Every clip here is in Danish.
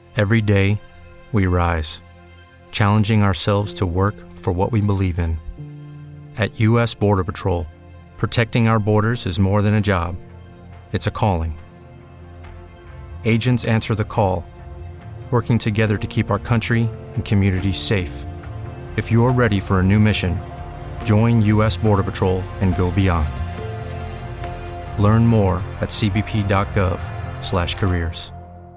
Every day, we rise, challenging ourselves to work for what we believe in. At U.S. Border Patrol, protecting our borders is more than a job. It's a calling. Agents answer the call, working together to keep our country and communities safe. If you're ready for a new mission, join U.S. Border Patrol and go beyond. Learn more at cbp.gov/careers.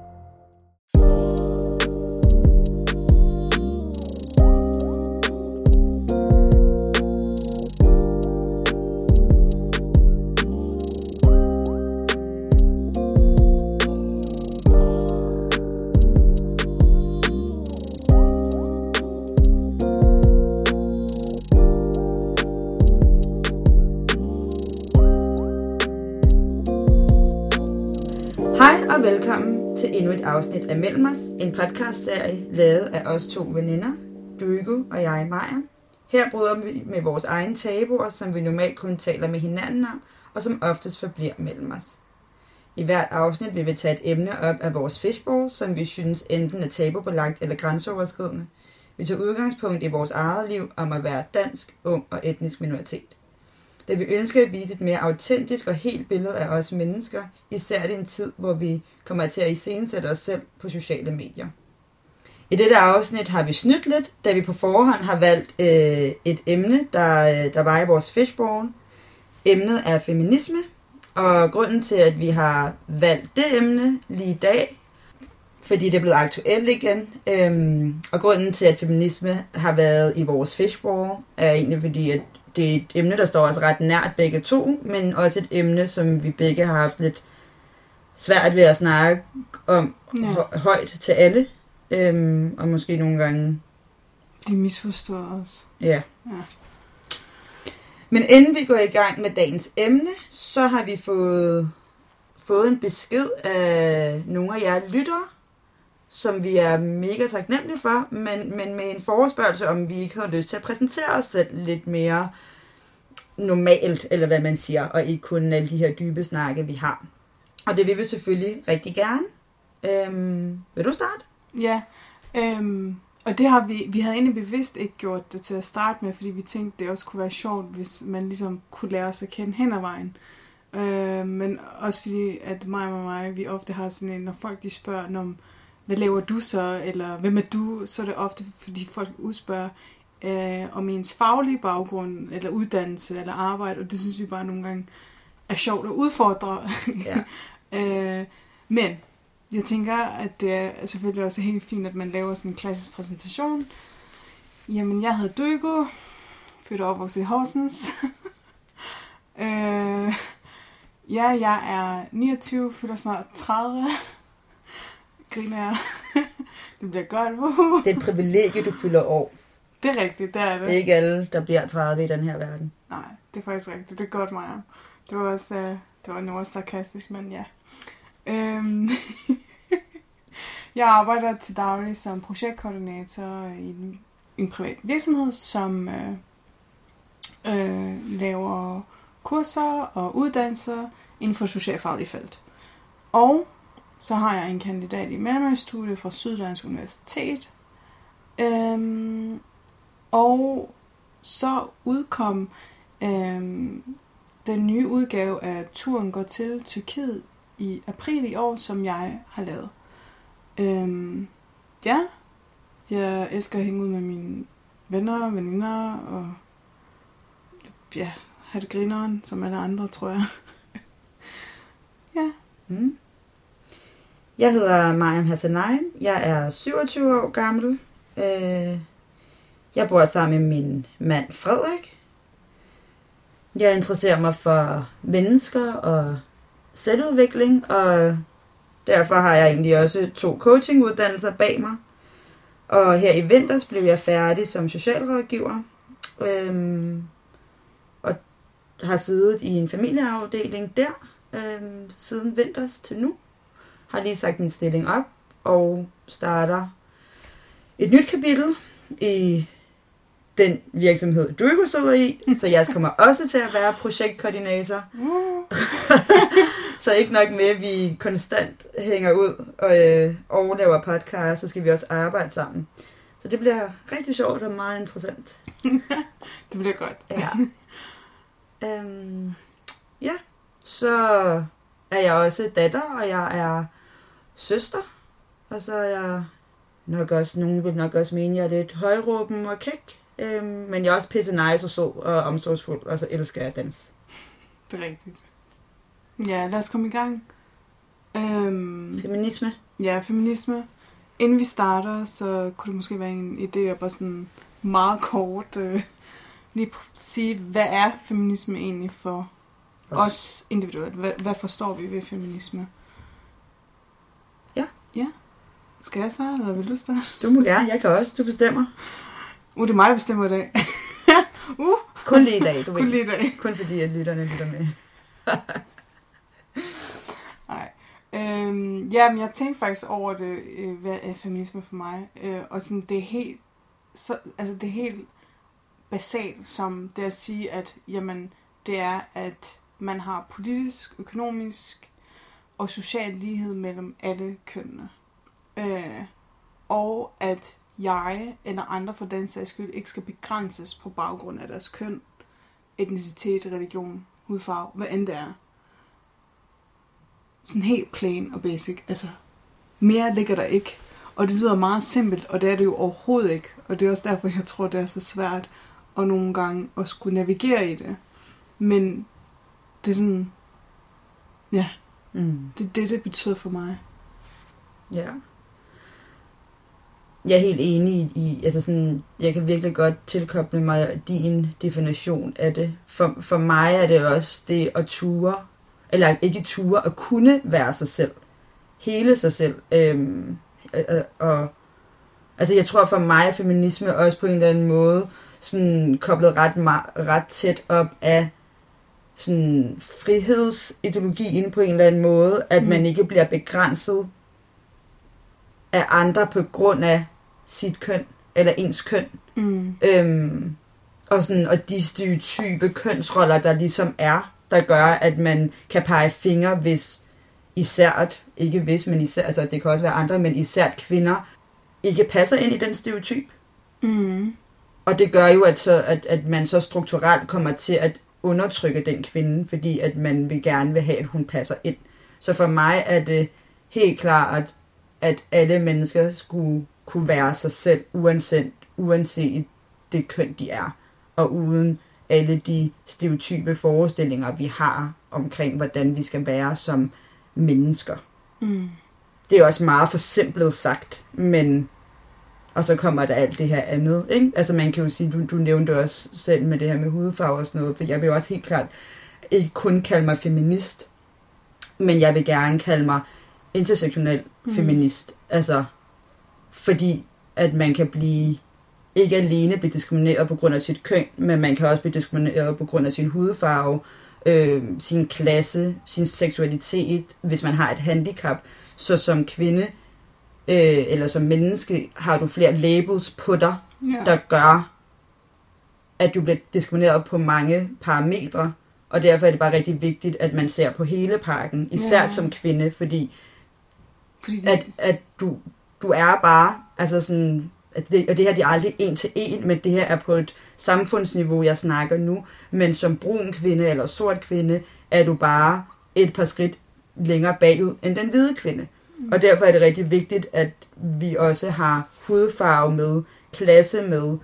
Hej og velkommen til endnu et afsnit af Mellem os, en podcastserie lavet af os to veninder, Duigo og jeg, Maja. Her bryder vi med vores egne tabuer, som vi normalt kun taler med hinanden om, og som oftest forbliver mellem os. I hvert afsnit vil vi tage et emne op af vores fishbowl, som vi synes enten er tabubelagt eller grænseoverskridende. Vi tager udgangspunkt i vores eget liv om at være dansk, ung og etnisk minoritet. Da vi ønsker at vise et mere autentisk og helt billede af os mennesker, især i en tid, hvor vi kommer til at iscenesætte os selv på sociale medier. I dette afsnit har vi snydt lidt, da vi på forhånd har valgt et emne, der var i vores fishbowl. Emnet er feminisme, og grunden til, at vi har valgt det emne lige i dag, fordi det er blevet aktuelt igen, og grunden til, at feminisme har været i vores fishbowl, er egentlig fordi, at det er et emne, der står os ret nært begge to, men også et emne, som vi begge har haft lidt svært ved at snakke om højt til alle, og måske nogle gange... De misforstår os. Ja. Men inden vi går i gang med dagens emne, så har vi fået en besked af nogle af jer lyttere, som vi er mega taknemmelige for, men med en forespørgsel, om vi ikke havde lyst til at præsentere os selv lidt mere normalt, eller hvad man siger, og ikke kun alle de her dybe snakke, vi har. Og det vil vi selvfølgelig rigtig gerne. Vil du starte? Ja, og det har vi havde egentlig bevidst ikke gjort det til at starte med, fordi vi tænkte, det også kunne være sjovt, hvis man ligesom kunne lære os at kende hen ad vejen. Men også fordi, at mig, vi ofte har sådan en, når folk de spørger, hvad laver du så, eller hvem er du, så er det ofte, fordi folk udspørger om ens faglige baggrund, eller uddannelse, eller arbejde, og det synes vi bare nogle gange er sjovt at udfordre. Ja. Men jeg tænker, at det er selvfølgelig også helt fint, at man laver sådan en klassisk præsentation. Jamen, jeg hedder Duigo, født og opvokset i Horsens. Jeg er 29, fylder snart 30. Griner jeg. Det bliver godt. Det er et privilegie, du fylder år. Det er rigtigt, det er det. Det er ikke alle, der bliver 30 i den her verden. Nej, det er faktisk rigtigt. Det er godt, Maja. Det var også, det var noget sarkastisk, men ja. Jeg arbejder til daglig som projektkoordinator i en privat virksomhed, som laver kurser og uddannelser inden for socialfaglige felt. Og så har jeg en kandidat i Mellemøststudiet fra Syddansk Universitet. Og så udkom den nye udgave af Turen går til Tyrkiet i april i år, som jeg har lavet. Ja, jeg elsker at hænge ud med mine venner og veninder, og ja, have det grineren, som alle andre, tror jeg. Ja. Mm. Jeg hedder Mariam Hassanein. Jeg er 27 år gammel. Jeg bor sammen med min mand Frederik. Jeg interesserer mig for mennesker og selvudvikling, og derfor har jeg egentlig også 2 coachinguddannelser bag mig. Og her i vinters blev jeg færdig som socialrådgiver, og har siddet i en familieafdeling der siden vinters til nu. Har lige sagt min stilling op og starter et nyt kapitel i den virksomhed, du sidder i. Så jeg kommer også til at være projektkoordinator. Så ikke nok med, at vi konstant hænger ud og laver podcast, så skal vi også arbejde sammen. Så det bliver rigtig sjovt og meget interessant. Det bliver godt. Ja. Ja, så er jeg også datter, og jeg er søster. Og så er jeg nok også, nogen vil nok også mene, at jeg er lidt højråben og kæk. Men jeg er også pisse nice og sød og omsorgsfuld, og så elsker jeg at danse. Det er rigtigt. Ja, lad os komme i gang. Feminisme. Ja, feminisme. Inden vi starter, så kunne det måske være en idé at bare sådan meget kort lige sige, hvad er feminisme egentlig for os individuelt? Hvad forstår vi ved feminisme? Ja. Ja. Skal jeg starte, eller vil du starte? Du må gerne, jeg kan også. Du bestemmer. Det er mig, der bestemmer i dag. Kun lige i dag, du ved. Kun lige i dag. Kun fordi, at lytterne lytter med. Nej. Ja, men jeg tænkte faktisk over det, hvad er feminisme for mig. Og sådan, det er helt, det er helt basalt, som det at sige, at jamen, det er, at man har politisk, økonomisk og social lighed mellem alle kønnene. Og at jeg eller andre for den sags skyld ikke skal begrænses på baggrund af deres køn, etnicitet, religion, hudfarve, hvad end det er. Sådan helt plain og basic. Altså, mere ligger der ikke. Og det lyder meget simpelt, og det er det jo overhovedet ikke. Og det er også derfor, jeg tror, det er så svært at nogle gange at skulle navigere i det. Men det er sådan, ja, det betyder for mig. Ja. Jeg er helt enig i, altså sådan, jeg kan virkelig godt tilkoble mig din definition af det. For mig er det også det at ture, eller ikke ture, at kunne være sig selv. Hele sig selv. Altså jeg tror for mig er feminisme også på en eller anden måde sådan koblet ret tæt op af sådan frihedsideologien på en eller anden måde, at man ikke bliver begrænset af andre på grund af sit køn, eller ens køn. Og de stereotype kønsroller, der ligesom er, der gør, at man kan pege fingre, hvis altså det kan også være andre, men især kvinder ikke passer ind i den stereotyp. Og det gør jo, at man så strukturelt kommer til at undertrykke den kvinde, fordi at man gerne vil have, at hun passer ind. Så for mig er det helt klart, at alle mennesker skulle kunne være sig selv, uanset det køn, de er, og uden alle de stereotype forestillinger, vi har omkring, hvordan vi skal være som mennesker. Det er også meget forsimplet sagt, men og så kommer der alt det her andet, ikke? Altså man kan jo sige, du nævnte også selv med det her med hudfarve og sådan noget, for jeg vil jo også helt klart ikke kun kalde mig feminist, men jeg vil gerne kalde mig intersektionel feminist. Altså, fordi at man kan ikke alene blive diskrimineret på grund af sit køn, men man kan også blive diskrimineret på grund af sin hudfarve, sin klasse, sin seksualitet, hvis man har et handicap. Så som kvinde eller som menneske har du flere labels på dig, der gør, at du bliver diskrimineret på mange parametre, og derfor er det bare rigtig vigtigt, at man ser på hele pakken, især som kvinde, fordi at du er bare, altså sådan, og det her det er aldrig en til en, men det her er på et samfundsniveau, jeg snakker nu, men som brun kvinde eller sort kvinde, er du bare et par skridt længere bagud end den hvide kvinde. Og derfor er det rigtig vigtigt, at vi også har hudfarve med, klasse med,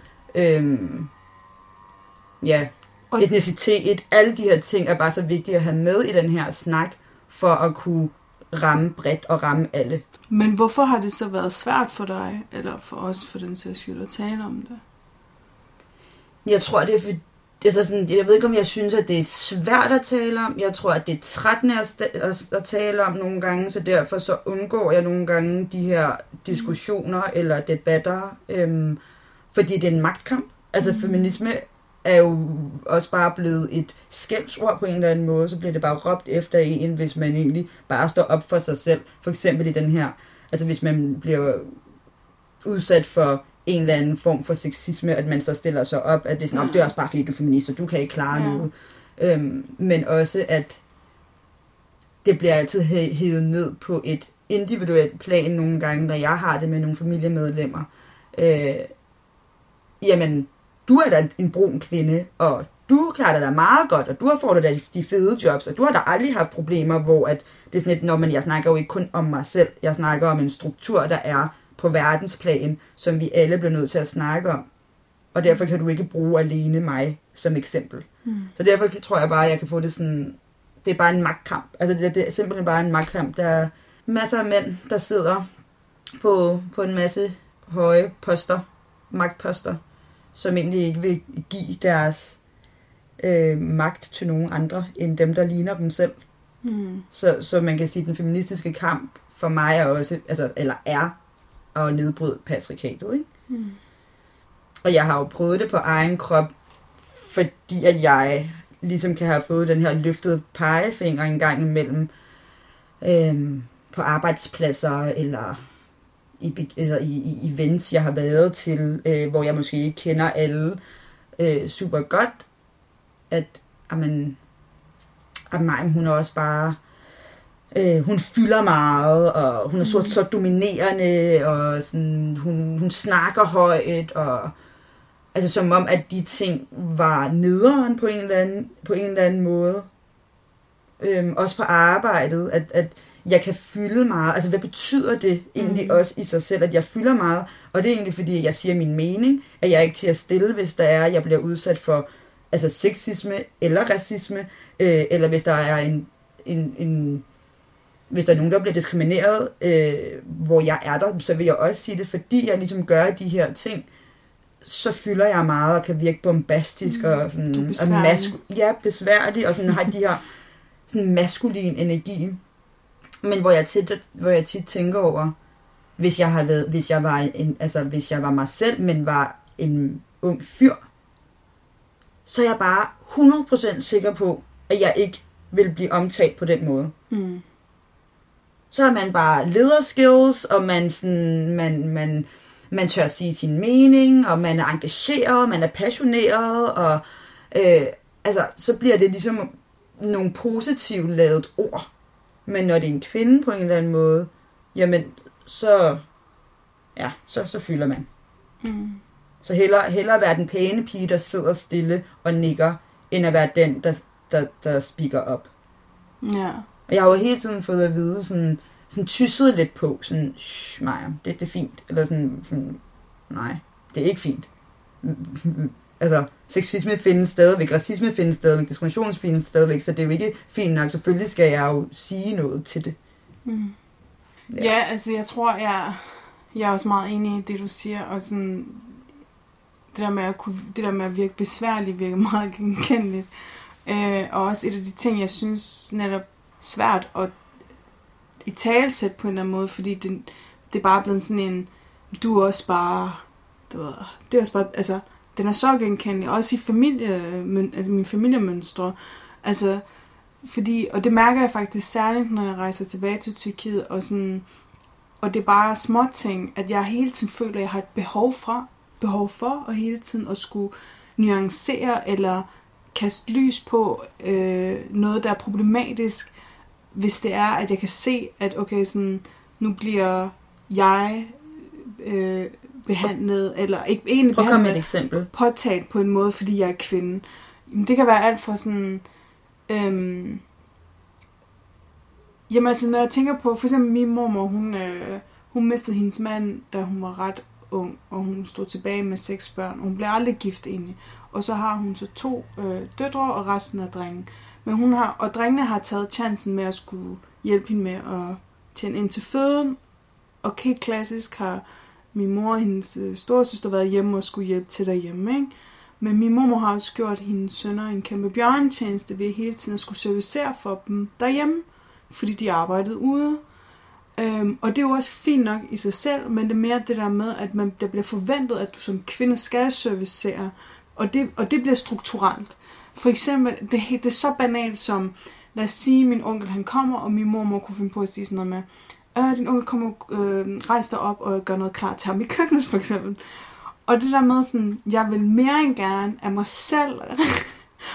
etnicitet. Alle de her ting er bare så vigtige at have med i den her snak, for at kunne ramme bredt og ramme alle. Men hvorfor har det så været svært for dig, eller for os for den sags skyld, at tale om det? Jeg tror, det er fordi, jeg ved ikke, om jeg synes, at det er svært at tale om. Jeg tror, at det er trættende at tale om nogle gange, så derfor så undgår jeg nogle gange de her diskussioner eller debatter, fordi det er en magtkamp. Altså feminisme er jo også bare blevet et skældsord på en eller anden måde, så bliver det bare råbt efter en, hvis man egentlig bare står op for sig selv. For eksempel i den her, altså hvis man bliver udsat for en eller anden form for sexisme, at man så stiller sig op, at det er sådan, det er også bare fordi du er feminist, og du kan ikke klare noget. Men også det bliver altid hævet ned på et individuelt plan nogle gange, når jeg har det med nogle familiemedlemmer. Jamen, du er da en brun kvinde, og du klarer dig da meget godt, og du har fået da de fede jobs, og du har da aldrig haft problemer, hvor at det er sådan lidt, men jeg snakker jo ikke kun om mig selv, jeg snakker om en struktur, der er på verdensplan, som vi alle bliver nødt til at snakke om. Og derfor kan du ikke bruge alene mig som eksempel. Så derfor tror jeg bare, at jeg kan få det sådan, det er bare en magtkamp. Altså det er simpelthen bare en magtkamp. Der er masser af mænd, der sidder på en masse høje poster, magtposter, som egentlig ikke vil give deres magt til nogen andre, end dem, der ligner dem selv. Så man kan sige, at den feministiske kamp for mig er også, er at nedbryde patriarkatet, ikke? Og jeg har jo prøvet det på egen krop, fordi at jeg ligesom kan have fået den her løftede pegefinger en gang imellem på arbejdspladser eller i events, jeg har været til, hvor jeg måske ikke kender alle super godt, at Maj, hun er også bare hun fylder meget, og hun er så dominerende, og sådan, hun snakker højt, og altså som om, at de ting var nederen på en eller anden måde. Også på arbejdet, at jeg kan fylde meget. Altså, hvad betyder det egentlig også i sig selv, at jeg fylder meget? Og det er egentlig, fordi jeg siger min mening, at jeg ikke til at stille, hvis der er, at jeg bliver udsat for sexisme eller racisme, eller hvis der er hvis der er nogen, der bliver diskrimineret, hvor jeg er der, så vil jeg også sige det, fordi jeg ligesom gør de her ting, så fylder jeg meget og kan virke bombastisk og sådan besværlig og sådan har de her sådan maskulin energi. Men hvor jeg tit tænker over, hvis jeg var mig selv, men var en ung fyr, så er jeg bare 100% sikker på, at jeg ikke vil blive omtalt på den måde. Så er man bare lederskills, og man tør sige sin mening, og man er engageret, man er passioneret, og så bliver det ligesom nogle positivt lavet ord. Men når det er en kvinde på en eller anden måde, jamen, så fylder man. Så hellere være den pæne pige, der sidder stille og nikker, end at være den, der speaker op. Ja. Og jeg har jo hele tiden fået at vide, sådan tysset lidt på, sådan, Maja, det er fint. Eller sådan, nej, det er ikke fint. Altså, sexisme findes stadigvæk, racisme findes stadigvæk, diskrimination findes stadigvæk, så det er jo ikke fint nok. Selvfølgelig skal jeg jo sige noget til det. Ja, altså jeg tror, jeg er også meget enig i det, du siger, og sådan, det der med at virke besværligt, virker meget genkendeligt. Og også et af de ting, jeg synes netop svært at italesætte på en eller anden måde, fordi det er bare blevet sådan en, du er også bare, det er også bare, altså, den er så genkendelig, også i mine familiemønstre, altså, fordi, og det mærker jeg faktisk særligt, når jeg rejser tilbage til Tyrkiet, og det er bare små ting, at jeg hele tiden føler, at jeg har et behov for, og hele tiden at skulle nuancere, eller kaste lys på noget, der er problematisk, hvis det er, at jeg kan se, at okay, sådan, nu bliver jeg behandlet, eller ikke egentlig behandlet, påtalt på en måde, fordi jeg er kvinde. Det kan være alt for sådan, jamen altså, når jeg tænker på, for eksempel min mormor, hun mistede hendes mand, da hun var ret ung, og hun stod tilbage med 6 børn, og hun blev aldrig gift egentlig. Og så har hun så 2 døtre, og resten af drenge. Men og drengene har taget chancen med at skulle hjælpe hende med at tjene ind til føden. Og helt klassisk har min mor og hendes storesøster været hjemme og skulle hjælpe til derhjemme, ikke? Men min mor har også gjort hendes sønner en kæmpe bjørnetjeneste ved hele tiden at skulle servicere for dem derhjemme, fordi de arbejdede ude. Og det er jo også fint nok i sig selv, men det er mere det der med, at der bliver forventet, at du som kvinde skal servicere, og det bliver strukturelt. For eksempel, det er så banalt som, lad os sige, min onkel han kommer, og min mor kunne finde på at sige sådan noget med, din onkel kommer, rejse dig op og gør noget klar til ham i køkkenet, for eksempel. Og det der med sådan, jeg vil mere end gerne af mig selv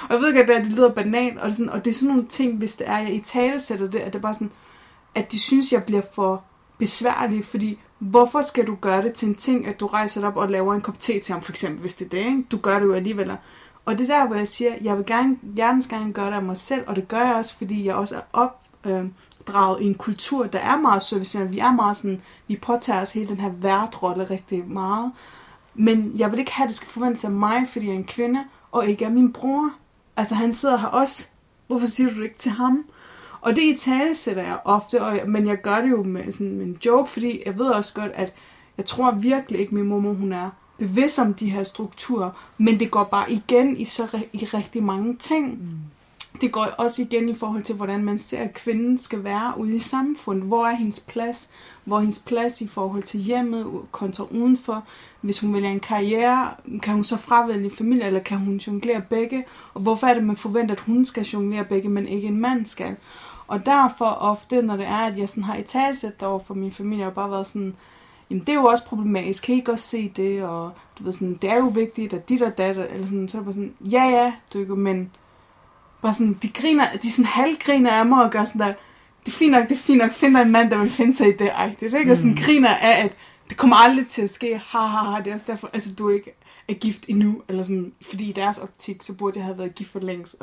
Og jeg ved godt, at det lyder banalt, og det er sådan nogle ting, hvis det er, jeg italesætter det, at det er bare sådan, at de synes, jeg bliver for besværlig, fordi hvorfor skal du gøre det til en ting, at du rejser dig op og laver en kop te til ham, for eksempel, hvis det er det, ikke? Du gør det jo alligevel. Og det der, hvor jeg siger, jeg vil gerne gøre det af mig selv, og det gør jeg også, fordi jeg også er opdraget i en kultur, der er meget servicerende. Vi er meget sådan, vi påtager os hele den her værtrolle rigtig meget. Men jeg vil ikke have, at det skal forventes af mig, fordi jeg er en kvinde, og ikke af min bror. Altså, han sidder her også. Hvorfor siger du det ikke til ham? Og det italesætter jeg ofte, men jeg gør det jo med sådan en joke, fordi jeg ved også godt, at jeg tror virkelig ikke, min mormor, hun er bevidst om de her strukturer, men det går bare igen i rigtig mange ting. Det går også igen i forhold til, hvordan man ser, at kvinden skal være ude i samfundet. Hvor er hendes plads? Hvor er hendes plads i forhold til hjemmet, kontra udenfor? Hvis hun vælger en karriere, kan hun så fravælge familie, eller kan hun jonglere begge? Og hvorfor er det, man forventer, at hun skal jonglere begge, men ikke en mand skal? Og derfor ofte, når det er, at jeg sådan har italesat over for min familie, og bare været sådan, jamen det er jo også problematisk, kan I ikke også se det? Og du ved sådan, det er jo vigtigt, at dit og datter, eller sådan, så er det bare sådan, ja, du ikke, men bare sådan, de sådan halvgriner af mig og gør sådan der, det er fint nok, find en mand, der vil finde sig i det, det er ikke, og sådan griner af, at det kommer aldrig til at ske, det er også derfor, altså du ikke er gift endnu, eller sådan, fordi i deres optik, så burde jeg have været gift for længst,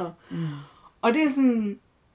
og det er sådan,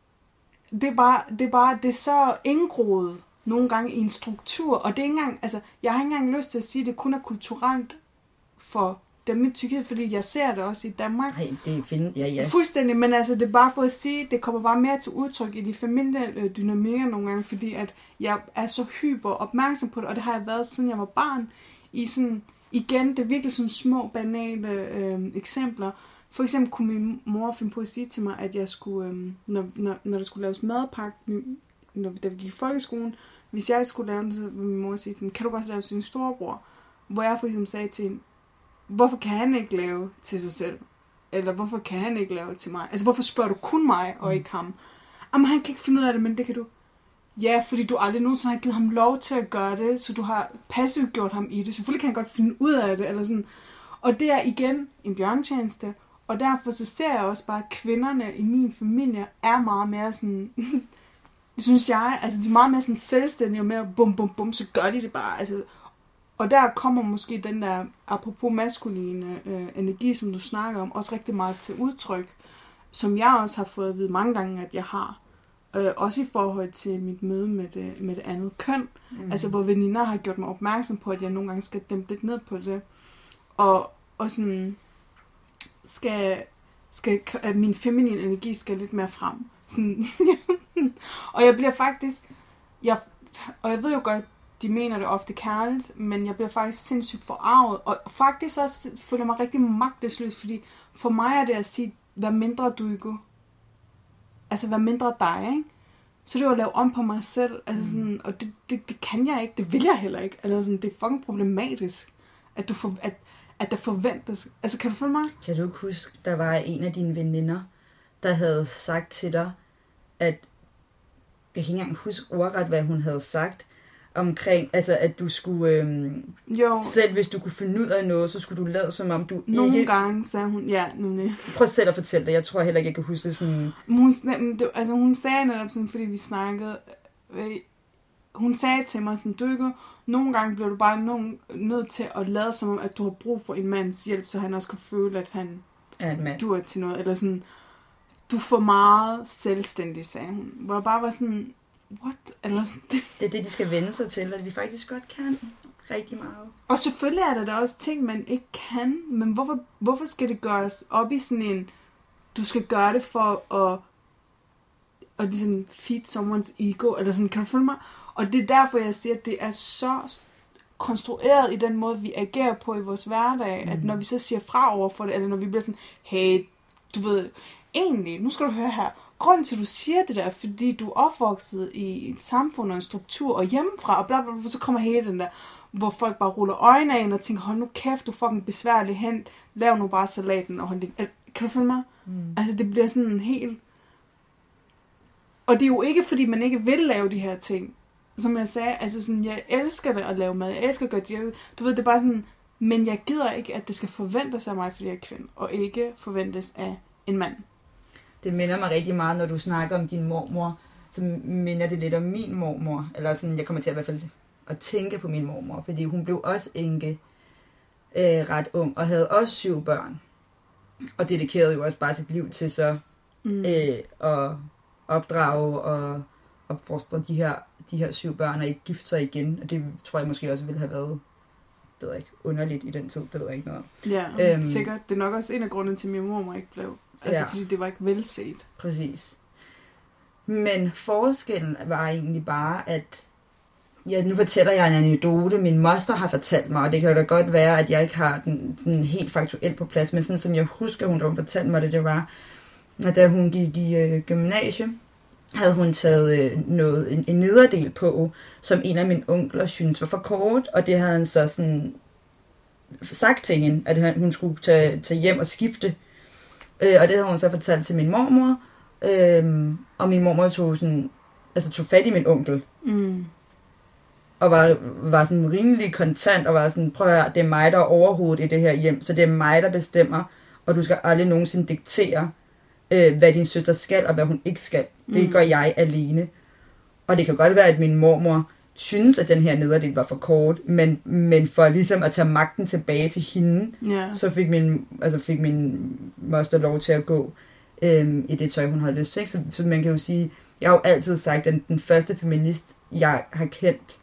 det er så indgroet nogle gange i en struktur, og det er ikke engang, altså, jeg har ikke engang lyst til at sige, at det kun er kulturelt for dem i Tyrkiet, fordi jeg ser det også i Danmark. Nej, det er fint, ja. Fuldstændig, men altså, det er bare for at sige, det kommer bare mere til udtryk i de familiedynamikker nogle gange, fordi at jeg er så hyper opmærksom på det, og det har jeg været, siden jeg var barn, i sådan, igen, det er virkelig sådan små, banale eksempler. For eksempel kunne min mor finde på at sige til mig, at jeg skulle, når der skulle laves madpakke, da vi gik i folkeskolen, hvis jeg skulle lave det, så ville min mor sige sådan, kan du godt lave sin storebror? Hvor jeg for eksempel sagde til hende, hvorfor kan han ikke lave til sig selv? Eller hvorfor kan han ikke lave til mig? Altså, hvorfor spørger du kun mig og ikke ham? Jamen, han kan ikke finde ud af det, men det kan du. Ja, fordi du aldrig nogensinde har givet ham lov til at gøre det, så du har passivt gjort ham i det. Selvfølgelig kan han godt finde ud af det, eller sådan. Og det er igen en bjørnetjeneste. Og derfor så ser jeg også bare, at kvinderne i min familie er meget mere sådan, synes jeg, altså de er meget mere sådan selvstændige, og mere bum, så gør de det bare. Altså, og der kommer måske den der, apropos maskuline energi, som du snakker om, også rigtig meget til udtryk, som jeg også har fået at vide mange gange, at jeg har. Også i forhold til mit møde med det andet køn. Altså, hvor veninder har gjort mig opmærksom på, at jeg nogle gange skal dæmpe lidt ned på det. Og sådan, at min feminine energi skal lidt mere frem. Sådan, og jeg bliver faktisk, og jeg ved jo godt, de mener det ofte kærligt, men jeg bliver faktisk sindssygt forarvet, og faktisk også føler mig rigtig magtesløs, fordi for mig er det at sige, vær mindre Duigo. Altså, vær mindre dig, ikke? Så det var at lave om på mig selv, altså sådan, og det kan jeg ikke, det vil jeg heller ikke. Altså sådan, det er fucking problematisk, at der forventes. Altså, kan du følge mig? Kan du ikke huske, der var en af dine veninder, der havde sagt til dig, at, jeg kan ikke engang huske ordret, hvad hun havde sagt, omkring, altså at du skulle, selv hvis du kunne finde ud af noget, så skulle du lade som om du nogle ikke... gange sagde hun, Prøv selv at fortælle det, jeg tror heller ikke, jeg kan huske det sådan... Hun sagde netop sådan, fordi vi snakkede, hun sagde til mig sådan, Duigo, nogle gange bliver du bare nødt til at lade som om, at du har brug for en mands hjælp, så han også kan føle, at han duer til noget, eller sådan, du får meget selvstændig, sagde hun, hvor jeg bare var sådan, what? Eller sådan, det er det, de skal vende sig til, at vi faktisk godt kan rigtig meget. Og selvfølgelig er der også ting, man ikke kan, men hvorfor skal det gøres op i sådan en, du skal gøre det for at ligesom feed someone's ego, eller sådan, kan du følge mig? Og det er derfor, jeg siger, at det er så konstrueret i den måde, vi agerer på i vores hverdag, at når vi så siger fra over for det, eller når vi bliver sådan, hey, du ved, egentlig, nu skal du høre her, grunden til, at du siger det der, fordi du er opvokset i et samfund og en struktur og hjemmefra, og bla bla bla, så kommer hele den der, hvor folk bare ruller øjnene ind og tænker, hold nu kæft, du er fucking besværlig hen, lav nu bare salaten og hold det. Kan du følge mig? Altså, det bliver sådan helt... Og det er jo ikke, fordi man ikke vil lave de her ting. Som jeg sagde, altså sådan, jeg elsker det at lave mad, jeg elsker at gøre det, du ved, det er bare sådan, men jeg gider ikke, at det skal forventes af mig, fordi jeg er kvinde, og ikke forventes af en mand. Det minder mig rigtig meget, når du snakker om din mormor, så minder det lidt om min mormor. Eller sådan, jeg kommer til at i hvert fald at tænke på min mormor, fordi hun blev også enke ret ung, og havde også 7 børn. Og dedikerede jo også bare sit liv til så at opdrage og opfostre de her 7 børn, og ikke gifte sig igen. Og det tror jeg måske også ville have været, det ved jeg ikke, underligt i den tid, det ved jeg ikke noget om. Ja, sikkert. Det er nok også en af grundene til, at min mormor ikke blev. Altså, fordi det var ikke velset. Præcis. Men forskellen var egentlig bare, at nu fortæller jeg en anekdote, min moster har fortalt mig, og det kan jo da godt være, at jeg ikke har den helt faktuelt på plads, men sådan som jeg husker, hun fortalte mig det var, at da hun gik i gymnasiet, havde hun taget en nederdel på, som en af mine onkler syntes var for kort, og det havde han så sådan sagt til hende, at hun skulle tage hjem og skifte. Og det havde hun så fortalt til min mormor, og min mormor tog fat i min onkel. Og var sådan rimelig kontant, og var sådan, prøv at høre, det er mig, der er overhovedet i det her hjem, så det er mig, der bestemmer, og du skal aldrig nogensinde diktere, hvad din søster skal, og hvad hun ikke skal. Det gør jeg alene. Og det kan godt være, at min mormor synes, at den her nederdel var for kort, men for ligesom at tage magten tilbage til hende, så fik min moster lov til at gå i det tøj, hun havde lyst til. Så man kan jo sige, jeg har jo altid sagt, at den første feminist, jeg har kendt,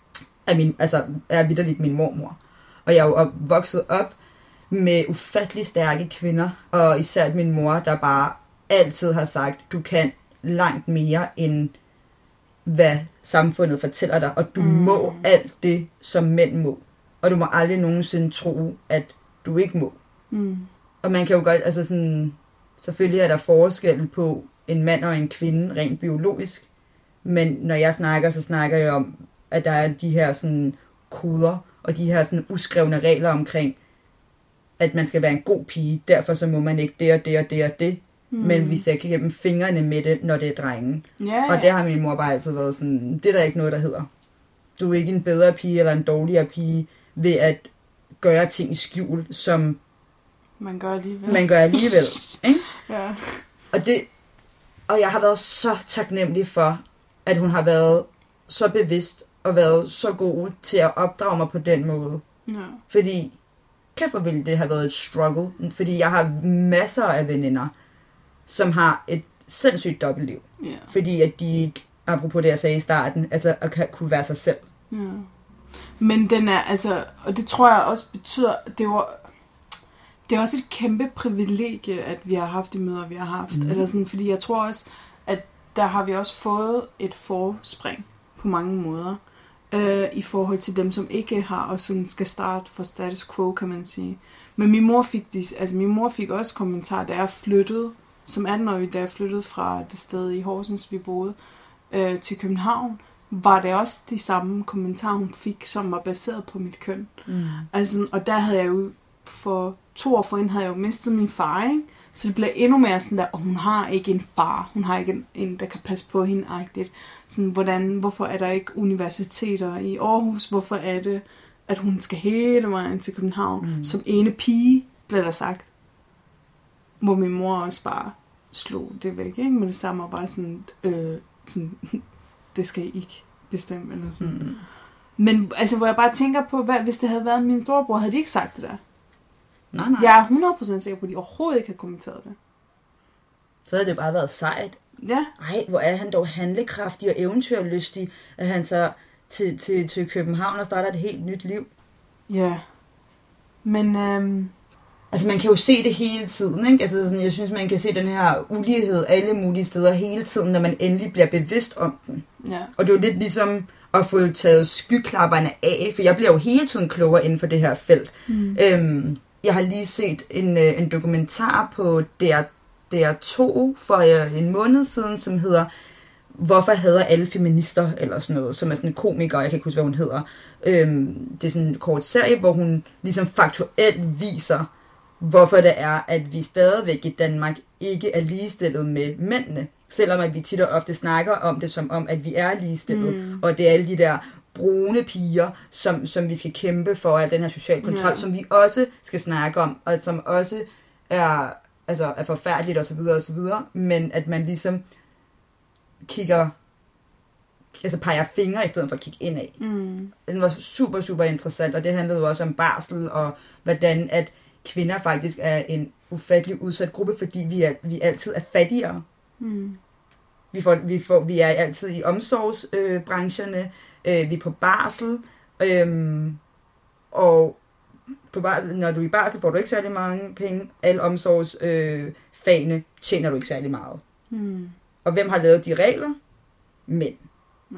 er vitterligt min mormor. Og jeg er jo vokset op med ufattelig stærke kvinder, og især min mor, der bare altid har sagt, du kan langt mere end hvad samfundet fortæller dig, og du må alt det, som mænd må. Og du må aldrig nogensinde tro, at du ikke må. Og man kan jo godt, selvfølgelig er der forskel på en mand og en kvinde, rent biologisk, men når jeg snakker, så snakker jeg om, at der er de her sådan koder, og de her sådan uskrevne regler omkring, at man skal være en god pige, derfor så må man ikke det og det og det og det, men vi skal gennem fingrene med det, når det er drengen. Og det har min mor bare altid været sådan, det er der ikke noget, der hedder. Du er ikke en bedre pige eller en dårligere pige ved at gøre ting i skjul, som man gør alligevel. Ikke? Ja. Og jeg har været så taknemmelig for, at hun har været så bevidst og været så god til at opdrage mig på den måde. Ja. Fordi, hvorfor ville det have været et struggle? Fordi jeg har masser af veninder, som har et sindssygt dobbeltliv. Yeah. Fordi at de ikke, apropos det jeg sagde i starten, at kunne være sig selv. Ja. Men den er, og det tror jeg også betyder, det er også et kæmpe privilegie, at vi har haft de møder, vi har haft. Eller sådan, fordi jeg tror også, at der har vi også fået et forspring på mange måder, i forhold til dem, som ikke har, og som skal starte fra status quo, kan man sige. Men min mor fik også kommentarer, da jeg flyttede, som 18-årig, da jeg flyttede fra det sted i Horsens, vi boede, til København, var det også de samme kommentarer, hun fik, som var baseret på mit køn. Og der havde jeg jo, for 2 år forinden, havde jeg jo mistet min far, ikke? Så det blev endnu mere sådan der, og hun har ikke en far, hun har ikke en der kan passe på hende agtigt. Sådan, hvorfor er der ikke universiteter i Aarhus? Hvorfor er det, at hun skal hele vejen til København? Som ene pige, blev der sagt. Hvor min mor også bare slog det væk, ikke? Men det samme var bare sådan, det skal I ikke bestemme, eller sådan. Men hvor jeg bare tænker på, hvis det havde været min storebror, havde de ikke sagt det der. Nej. Jeg er 100% sikker på, at de overhovedet ikke har kommenteret det. Så havde det bare været sejt. Ja. Ej, hvor er han dog handlekraftig og eventyrlystig, at han så til København og starter et helt nyt liv. Ja. Men man kan jo se det hele tiden, ikke? Jeg synes, man kan se den her ulighed alle mulige steder hele tiden, når man endelig bliver bevidst om den. Ja. Og det er jo lidt ligesom at få taget skyklapperne af, for jeg bliver jo hele tiden klogere inden for det her felt. Jeg har lige set en dokumentar på DR2 for en måned siden, som hedder Hvorfor hader alle feminister, eller sådan noget, som er sådan en komiker, jeg kan ikke huske, hvad hun hedder. Det er sådan en kort serie, hvor hun ligesom faktuelt viser, hvorfor det er, at vi stadigvæk i Danmark ikke er ligestillet med mændene. Selvom at vi tit og ofte snakker om det som om, at vi er ligestillet. Og det er alle de der brune piger, som vi skal kæmpe for, al den her social kontrol, som vi også skal snakke om, og som også altså er forfærdeligt og så videre, men at man ligesom kigger, altså peger fingre i stedet for at kigge indad. Den var super, super interessant, og det handlede jo også om barsel, og hvordan at kvinder faktisk er en ufattelig udsat gruppe, fordi vi altid er fattigere. Vi er altid i omsorgsbrancherne, vi er på barsel, og på barsel, når du er i barsel, får du ikke særlig mange penge. Alle omsorgsfagene tjener du ikke særlig meget. Og hvem har lavet de regler? Mænd. Ja.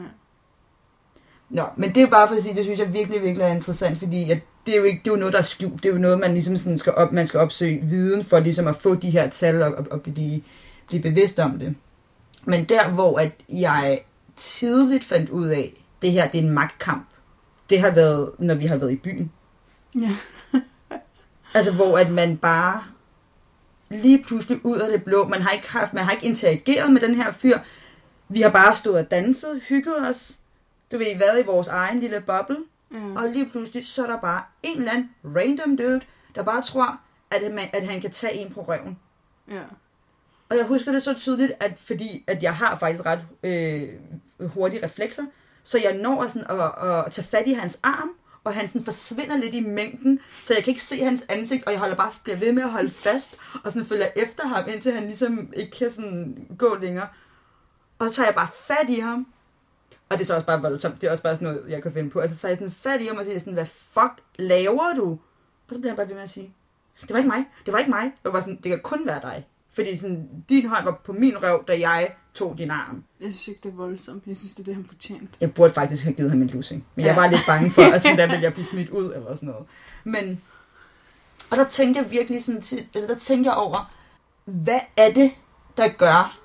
Nå, men det er bare for at sige, det synes jeg virkelig, virkelig er interessant, fordi at det er jo noget, der er skjult. Det er jo noget, man ligesom sådan man skal opsøge viden for ligesom at få de her tal og blive bevidst om det. Men der, hvor at jeg tidligt fandt ud af, det her, det er en magtkamp. Det har været, når vi har været i byen. Ja. Altså, hvor at man bare lige pludselig ud af det blå, man har ikke interageret med den her fyr. Vi har bare stået og danset, hygget os. Du ved, været i vores egen lille boble. Og lige pludselig, så er der bare en eller anden random dude, der bare tror, at han kan tage en på røven. Ja. Og jeg husker det så tydeligt, at fordi at jeg har faktisk ret hurtige reflekser, så jeg når sådan at tage fat i hans arm, og han sådan forsvinder lidt i mængden, så jeg kan ikke se hans ansigt, og jeg bliver ved med at holde fast, og sådan følger efter ham, indtil han ligesom ikke kan sådan gå længere. Og så tager jeg bare fat i ham, og det er så også bare voldsomt, det er også bare sådan noget, jeg kan finde på. Altså så tager jeg sådan fat i ham og siger sådan, hvad fuck laver du? Og så bliver han bare ved med at sige, det var ikke mig. Jeg var sådan, det kan kun være dig. Fordi sådan, din hånd var på min røv, da jeg tog din arm. Jeg synes ikke, det er voldsomt. Jeg synes, det er det, han fortjente. Jeg burde faktisk have givet ham en lussing. Men jeg var lidt bange for, at sådan, der ville jeg blive smidt ud, eller sådan noget. Men, og der tænkte jeg virkelig sådan, der tænkte jeg over, hvad er det, der gør,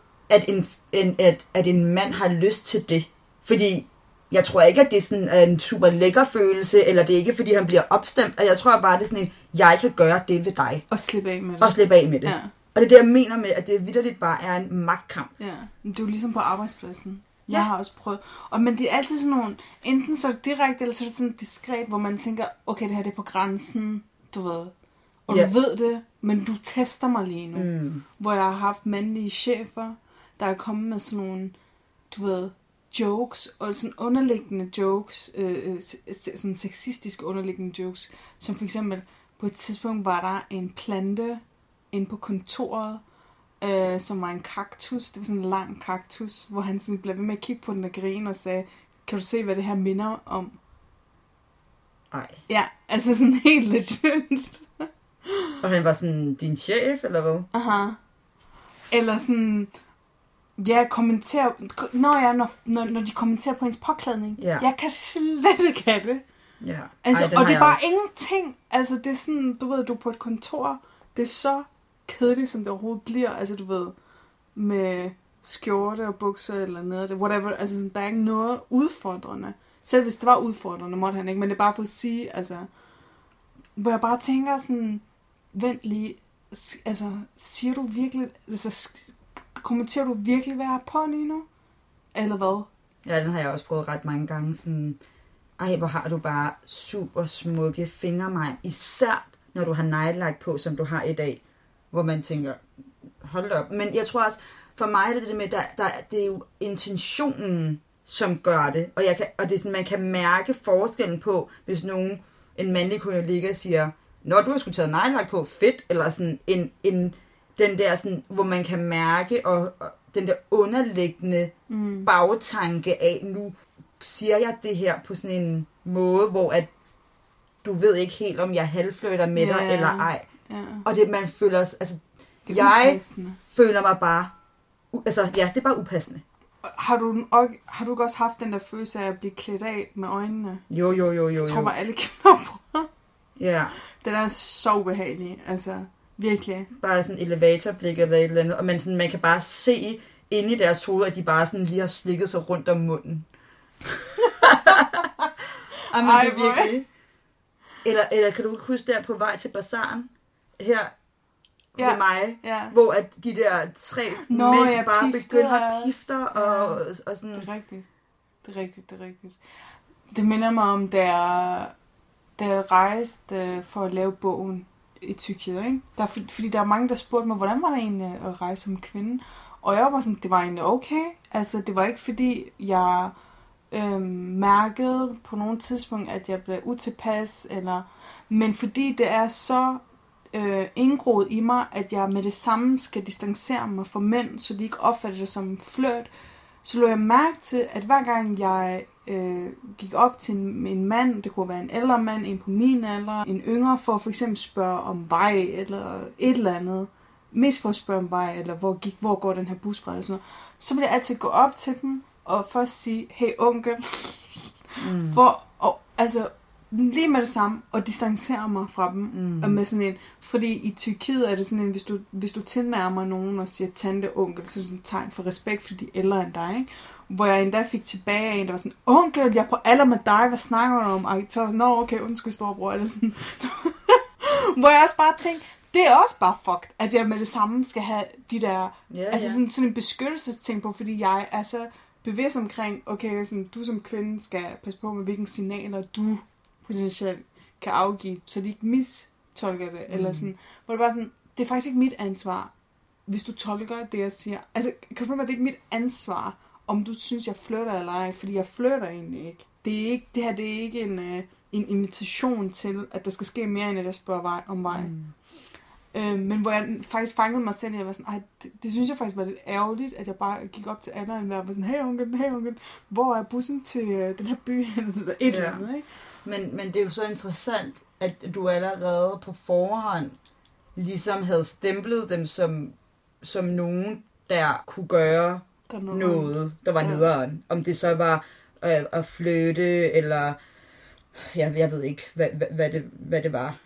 at en mand har lyst til det? Fordi jeg tror ikke, at det er sådan en super lækker følelse, eller det er ikke, fordi han bliver opstemt, og jeg tror bare, det er sådan en, jeg kan gøre det ved dig. Og slippe af med det. Ja. Og det er det, jeg mener med, at det vitterligt bare er en magtkamp. Ja, det er jo ligesom på arbejdspladsen. Jeg har også prøvet. Men det er altid sådan nogle, enten så er det direkte, eller så er det sådan diskret, hvor man tænker, okay, det her det er på grænsen, du ved. Og du ved det, men du tester mig lige nu. Hvor jeg har haft mandlige chefer, der er kommet med sådan nogle, du ved, jokes, og sådan underliggende jokes, sådan sexistiske underliggende jokes, som for eksempel, på et tidspunkt var der en plante inde på kontoret, som var en kaktus. Det var sådan en lang kaktus, hvor han sådan blev ved med at kigge på den og grine og sagde, kan du se, hvad det her minder om? Ej. Ja, altså sådan helt legit. Og han var sådan din chef, eller hvad? Aha. Eller sådan, ja, kommentere, når de kommenterer på ens påklædning. Ja. Jeg kan slet ikke have det. Ja. Altså, og det er bare ingenting. Altså, det er sådan, du ved, du er på et kontor, det er så kedeligt, som det overhovedet bliver. Altså, du ved, med skjorte og bukser eller noget af det, whatever. Altså, sådan, der er ikke noget udfordrende. Selv hvis det var udfordrende, måtte han ikke. Men det er bare for at sige, altså, hvor jeg bare tænker sådan, vent lige, altså, siger du virkelig, altså, kommenterer du virkelig, hvad jeg har på lige nu? Eller hvad? Ja, den har jeg også prøvet ret mange gange. Sådan, ej, hvor har du bare super smukke fingermejl. Især når du har neglelak på, som du har i dag. Hvor man tænker, hold op. Men jeg tror også, for mig er det med, det er jo intentionen, som gør det. Og det er sådan, man kan mærke forskellen på, hvis en mandlig kollega siger, når du har sgu taget neglelak på, fedt. Eller sådan den der, sådan, hvor man kan mærke, og den der underliggende bagtanke af, nu siger jeg det her på sådan en måde, hvor at du ved ikke helt, om jeg halvfløjter med dig eller ej. Ja. Og det, man føler, altså, føler mig bare, altså, ja, det er bare upassende. Har du ikke også haft den der følelse af at blive klædt af med øjnene? Jo. Jeg tror bare, alle kvinder prøver. Ja. Den er så ubehagelig, altså, virkelig. Bare sådan elevatorblik eller et eller andet, og man kan bare se inde i deres hoved, at de bare sådan lige har slikket sig rundt om munden. Jamen, det er virkelig. Eller kan du huske der på vej til bazaren her med mig, hvor at de der 3 mænd bare begynder at pifter og sådan. Det er rigtigt. Det minder mig om, da jeg rejste for at lave bogen i Tyrkiet, ikke? Fordi der er mange, der spurgte mig, hvordan var det egentlig at rejse som kvinde? Og jeg var sådan, det var egentlig okay. Altså, det var ikke fordi, jeg mærkede på nogle tidspunkt, at jeg blev utilpas, men fordi det er så indgroet i mig, at jeg med det samme skal distancere mig fra mænd, så de ikke opfatter det som flirt, så lå jeg mærke til, at hver gang jeg gik op til en mand, det kunne være en ældre mand, en på min alder, en yngre, for eksempel spørge om vej, eller et eller andet, mest for at spørge om vej, eller hvor går den her bus fra, eller sådan noget, så ville jeg altid gå op til dem, og først sige, hey onkel, altså lige med det samme, og distancere mig fra dem, og med sådan en, fordi i Tyrkiet er det sådan en, hvis du tilnærmer nogen og siger tante, onkel, så er det sådan et tegn for respekt, fordi de er ældre end dig, ikke? Hvor jeg endda fik tilbage af en, der var sådan, onkel, jeg er på alder med dig, hvad snakker du om? Og så var sådan, okay, undskyld storebror, eller sådan. Hvor jeg også bare tænkte, det er også bare fucked, at jeg med det samme skal have de der, sådan en beskyttelsesting på, fordi jeg er så bevidst omkring, okay, sådan, du som kvinde skal passe på med, hvilke signaler du potentielt kan afgive, så de ikke mistolker det, eller sådan, hvor det bare sådan, det er faktisk ikke mit ansvar, hvis du tolker det, jeg siger. Altså, kan du forstå, at det er ikke mit ansvar, om du synes, jeg flytter eller ej, fordi jeg flytter egentlig ikke. Det her er ikke en invitation til, at der skal ske mere, end at jeg spørger om vej. Men hvor jeg faktisk fangede mig selv, og jeg var sådan, det synes jeg faktisk var lidt ærgerligt, at jeg bare gik op til andre, og var sådan, hey onkel, hvor er bussen til den her by, eller et eller andet, ikke? Men det er jo så interessant, at du allerede på forhånd ligesom havde stemplet dem som nogen, der kunne gøre noget, der var nederen. Om det så var at flytte, eller jeg ved ikke, hvad det var.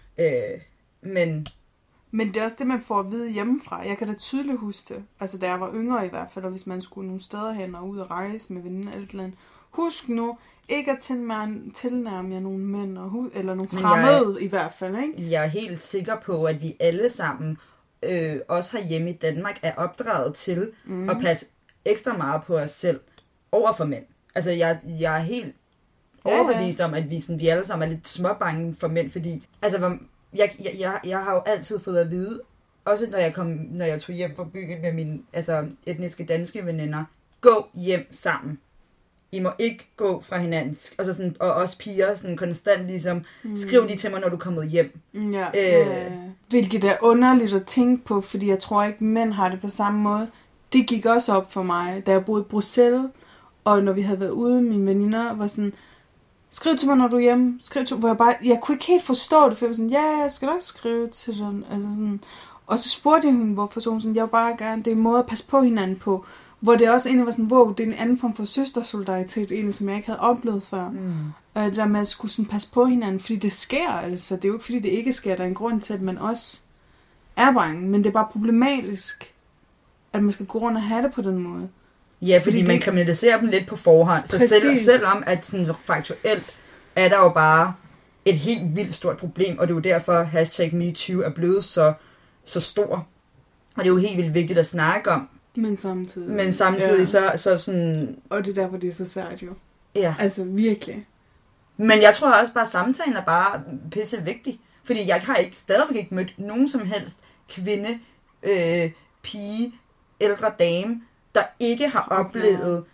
Men det er også det, man får at vide hjemmefra. Jeg kan da tydeligt huske det. Altså, da jeg var yngre i hvert fald, og hvis man skulle nogle steder hen og ud og rejse med veninder eller et eller andet. Husk nu, ikke at tilnærme jer nogle mænd, eller nogle fremmede i hvert fald, ikke? Jeg er helt sikker på, at vi alle sammen, også herhjemme i Danmark, er opdraget til at passe ekstra meget på os selv over for mænd. Altså, jeg er helt overbevist om, at vi alle sammen er lidt småbange for mænd, fordi altså, jeg har jo altid fået at vide, også når jeg tog hjem fra byen med mine etniske danske veninder, gå hjem sammen. I må ikke gå fra hinanden. Altså sådan, og også piger sådan konstant ligesom, skriv lige til mig, når du er kommet hjem. Hvilket er underligt at tænke på, fordi jeg tror ikke, mænd har det på samme måde. Det gik også op for mig, da jeg boede i Bruxelles, og når vi havde været ude, mine veninder var sådan, skriv til mig, når du er hjemme. Hvor jeg kunne ikke helt forstå det, for jeg var sådan, jeg skal nok skrive til den. Altså sådan. Og så spurgte jeg hende, hvorfor så hun sådan, jeg vil bare gerne, det er en måde at passe på hinanden på. Hvor det også egentlig var sådan, wow, det er en anden form for søstersolidaritet, egentlig, som jeg ikke havde oplevet før. Det der med at skulle sådan passe på hinanden, fordi det sker altså. Det er jo ikke, fordi det ikke sker. Der er en grund til, at man også er bange. Men det er bare problematisk, at man skal gå rundt og have det på den måde. Ja, fordi man kriminaliserer dem lidt på forhånd. Så selvom at sådan faktuelt er der jo bare et helt vildt stort problem, og det er jo derfor #MeToo er blevet så stor. Og det er jo helt vildt vigtigt at snakke om. Men samtidig så sådan... Og det er derfor, det er så svært jo. Ja. Altså virkelig. Men jeg tror også bare, at samtalen er bare pisse vigtig. Fordi jeg har stadigvæk ikke mødt nogen som helst kvinde, pige, ældre dame, der ikke har oplevet,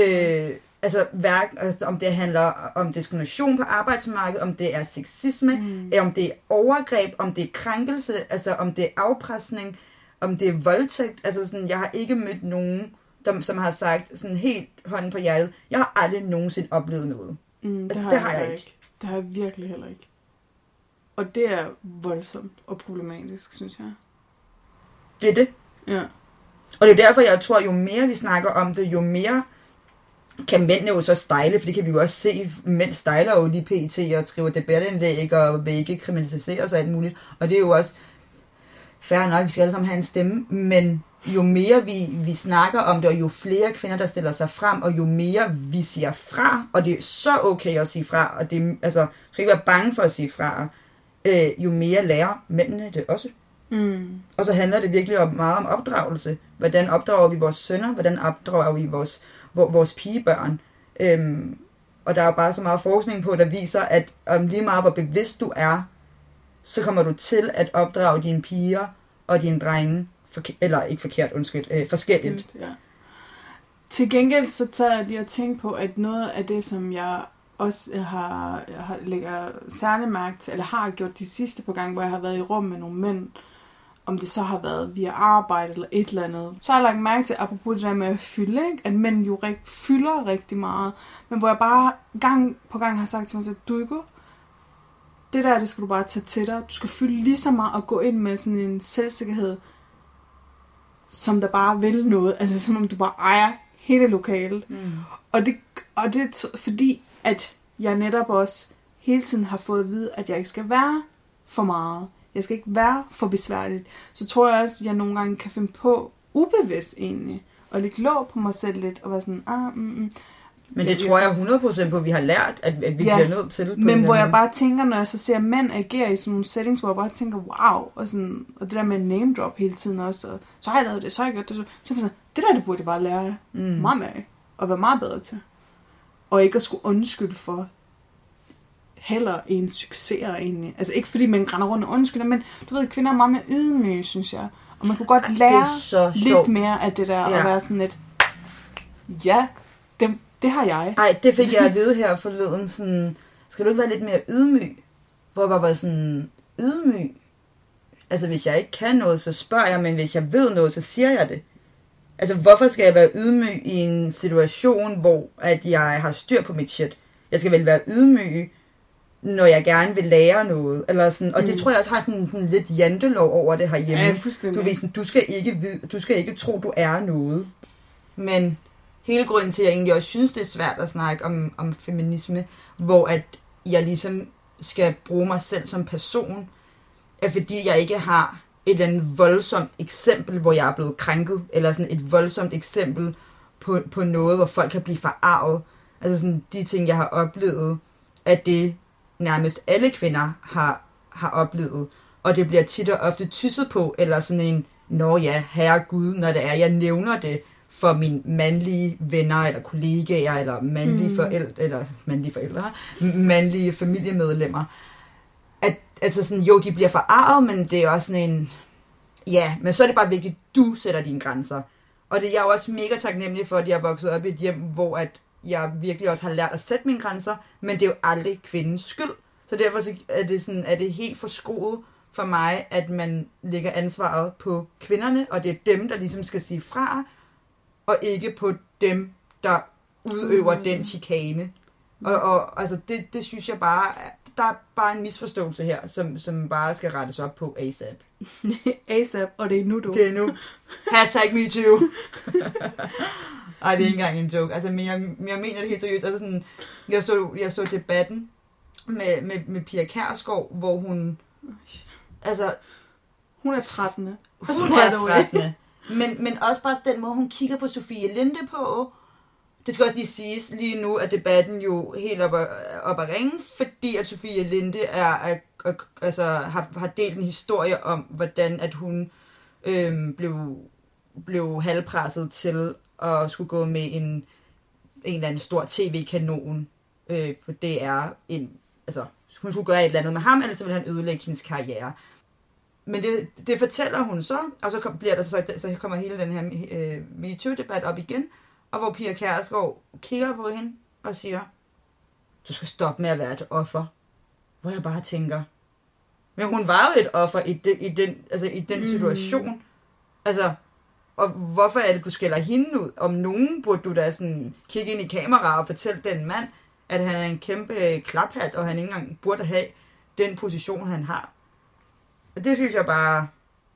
om det handler om diskrimination på arbejdsmarkedet, om det er sexisme, om det er overgreb, om det er krænkelse, altså om det er afpresning, om det er voldtægt. Altså sådan, jeg har ikke mødt nogen, som har sagt sådan helt hånden på hjertet, jeg har aldrig nogensinde oplevet noget. Det har jeg ikke. Det har jeg virkelig heller ikke. Og det er voldsomt og problematisk, synes jeg. Det er det. Ja. Og det er derfor, jeg tror, jo mere vi snakker om det, jo mere kan mændene jo så style, for det kan vi jo også se. Mænd styler jo lige pt. Og skriver debatindlæg og vil ikke kriminaliseres og alt muligt. Og det er jo også fair nok, vi skal alle sammen have en stemme, men jo mere vi snakker om det, og jo flere kvinder, der stiller sig frem, og jo mere vi siger fra, og det er så okay at sige fra, og det altså, skal ikke være bange for at sige fra, jo mere lærer mændene det også. Og så handler det virkelig meget om opdragelse. Hvordan opdrager vi vores sønner? Hvordan opdrager vi vores pigebørn? Og der er jo bare så meget forskning på, der viser, at lige meget hvor bevidst du er så kommer du til at opdrage dine piger og dine drenge, forskelligt. Ja. Til gengæld så tager jeg lige at tænke på, at noget af det, som jeg også har lægger særlig mærke til, eller har gjort de sidste par gange, hvor jeg har været i rum med nogle mænd, om det så har været via arbejde eller et eller andet, så har jeg lagt mærke til, apropos det der med at fylde, ikke? At mænd jo fylder rigtig meget, men hvor jeg bare gang på gang har sagt til mig selv, Duigo, det der, det skal du bare tage til dig. Du skal fylde lige så meget og gå ind med sådan en selvsikkerhed, som der bare vil noget, altså som om du bare ejer hele lokalet. Og det er fordi, at jeg netop også hele tiden har fået at vide, at jeg ikke skal være for meget. Jeg skal ikke være for besværligt. Så tror jeg også, at jeg nogle gange kan finde på, ubevidst egentlig, og lægge låg på mig selv lidt, og være sådan, Men det tror jeg 100% på, at vi har lært, at vi bliver nødt til. Men hvor jeg bare tænker, når jeg så ser mænd agere i sådan nogle settings, hvor jeg bare tænker, wow, og det der med name drop hele tiden også, og så har jeg lavet det, så har jeg gjort det, så sådan, det der, det burde jeg bare lære meget mere af, og være meget bedre til. Og ikke at skulle undskylde for heller en succeser egentlig. Altså ikke fordi man grænder rundt og undskylder, men du ved, kvinder er meget mere ydmyge, synes jeg. Og man kunne godt lære lidt mere af det der, og være sådan lidt, det har jeg. Ej, det fik jeg at vide her forleden, sådan, skal du ikke være lidt mere ydmyg? Hvor jeg bare var sådan, ydmyg? Altså, hvis jeg ikke kan noget, så spørger jeg, men hvis jeg ved noget, så siger jeg det. Altså, hvorfor skal jeg være ydmyg i en situation, hvor at jeg har styr på mit shit? Jeg skal vel være ydmyg, når jeg gerne vil lære noget. Eller sådan, og det tror jeg også har sådan lidt jantelov over det herhjemme. Ja, fuldstændig. Du skal ikke tro, du er noget. Men hele grunden til, at jeg egentlig også synes, det er svært at snakke om feminisme, hvor at jeg ligesom skal bruge mig selv som person, er fordi jeg ikke har et eller andet voldsomt eksempel, hvor jeg er blevet krænket, eller sådan et voldsomt eksempel på noget, hvor folk kan blive forarvet. Altså sådan de ting, jeg har oplevet, at det nærmest alle kvinder har oplevet, og det bliver tit og ofte tysset på, eller sådan en, nå ja, herregud, når det er, jeg nævner det for mine mandlige venner, eller kollegaer, eller mandlige familiemedlemmer. Altså sådan, jo, de bliver forarvet, men det er også sådan en, ja, men så er det bare vigtigt, at du sætter dine grænser. Og det er jeg jo også mega taknemmelig for, at jeg er vokset op i et hjem, hvor at jeg virkelig også har lært at sætte mine grænser, men det er jo aldrig kvindens skyld. Så derfor er det helt forskruet for mig, at man lægger ansvaret på kvinderne, og det er dem, der ligesom skal sige fra, og ikke på dem, der udøver den chikane. Og altså, det synes jeg bare, der er bare en misforståelse her, som bare skal rettes op på ASAP. ASAP, og det er nu, du. Det er nu. #MeToo. Ej, det er ikke engang en joke. Altså, men jeg mener det helt seriøst. Altså sådan, jeg så debatten med Pia Kjærsgaard, hvor hun... Altså... Hun er 13. Hun er 13. Men også bare den måde, hun kigger på Sofie Linde på. Det skal også lige siges lige nu, at debatten jo helt op at ringe, fordi at Sofie Linde har delt en historie om, hvordan at hun blev halvpresset til at skulle gå med en eller anden stor tv-kanon på DR. Hun skulle gøre et eller andet med ham, ellers ville han ødelægge hendes karriere. Men det fortæller hun så, og så bliver der så kommer hele den her MeToo-debat op igen, og hvor Pia Kjærsgaard kigger på hende og siger, du skal stoppe med at være et offer. Hvor jeg bare tænker, men hun var jo et offer i den situation. Altså, og hvorfor er det, du skælder hende ud? Om nogen burde du da sådan kigge ind i kameraet og fortælle den mand, at han er en kæmpe klaphat, og han ikke engang burde have den position, han har. Og det synes jeg bare...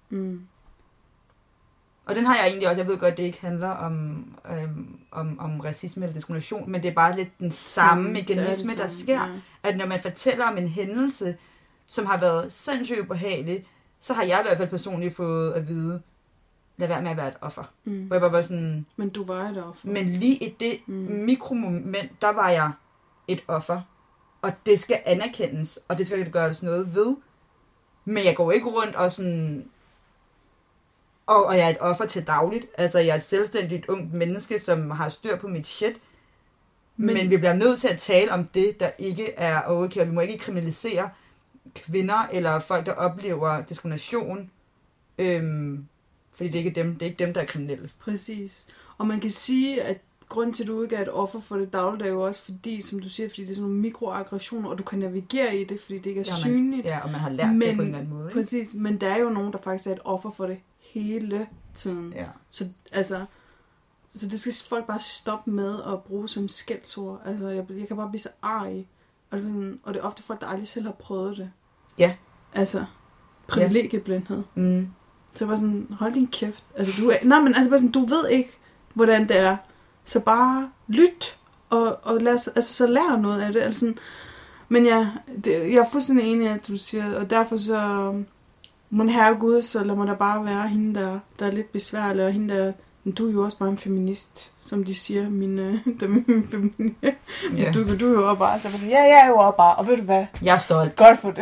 Og den har jeg egentlig også, jeg ved godt, at det ikke handler om racisme eller diskrimination, men det er bare lidt den samme mekanisme, der sker. At når man fortæller om en hændelse, som har været sindssygt ubehagelig, så har jeg i hvert fald personligt fået at vide, lad være med at være et offer. Hvor jeg bare var sådan... Men du var et offer. Men lige i det mikromoment, der var jeg et offer. Og det skal anerkendes, og det skal gøres noget ved. Men jeg går ikke rundt og sådan... Og jeg er et offer til dagligt. Altså, jeg er et selvstændigt ungt menneske, som har styr på mit shit. Men vi bliver nødt til at tale om det, der ikke er okay. Vi må ikke kriminalisere kvinder eller folk, der oplever diskrimination, fordi det er ikke dem, der er kriminelle. Præcis. Og man kan sige, at grunden til, at du ikke er et offer for det dagligdag, er jo også fordi, som du siger, fordi det er sådan nogle mikroaggressioner, og du kan navigere i det, fordi det ikke er synligt. Ja, og man har lært det på en eller anden måde. Ikke? Præcis, men der er jo nogen, der faktisk er et offer for det hele tiden. Ja. Så det skal folk bare stoppe med at bruge som skældsord. Altså, jeg kan bare blive så arg. Og det er ofte folk, der aldrig selv har prøvet det. Ja. Altså, privilegieblindhed. Mm. Så bare sådan, hold din kæft. Altså, du ved ikke, hvordan det er. Så bare lyt, og så lær noget af det. Altså sådan, men ja, jeg er fuldstændig enig i, at du siger, og derfor så, mon herregud, så lad mig da bare være hende, der er lidt besværlig, og hende der, du er jo også bare en feminist, som de siger, min feminist. Yeah. Du er jo også bare, så jeg jeg er jo også bare, og ved du hvad? Jeg er stolt. Godt for det.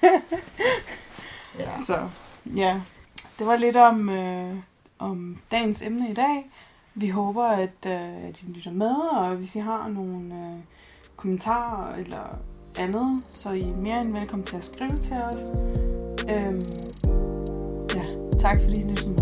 Ja. Så, ja. Det var lidt om dagens emne i dag. Vi håber, at I lytter med, og hvis I har nogle kommentarer eller andet, så er I mere end velkommen til at skrive til os. Ja, tak fordi I lyttede med.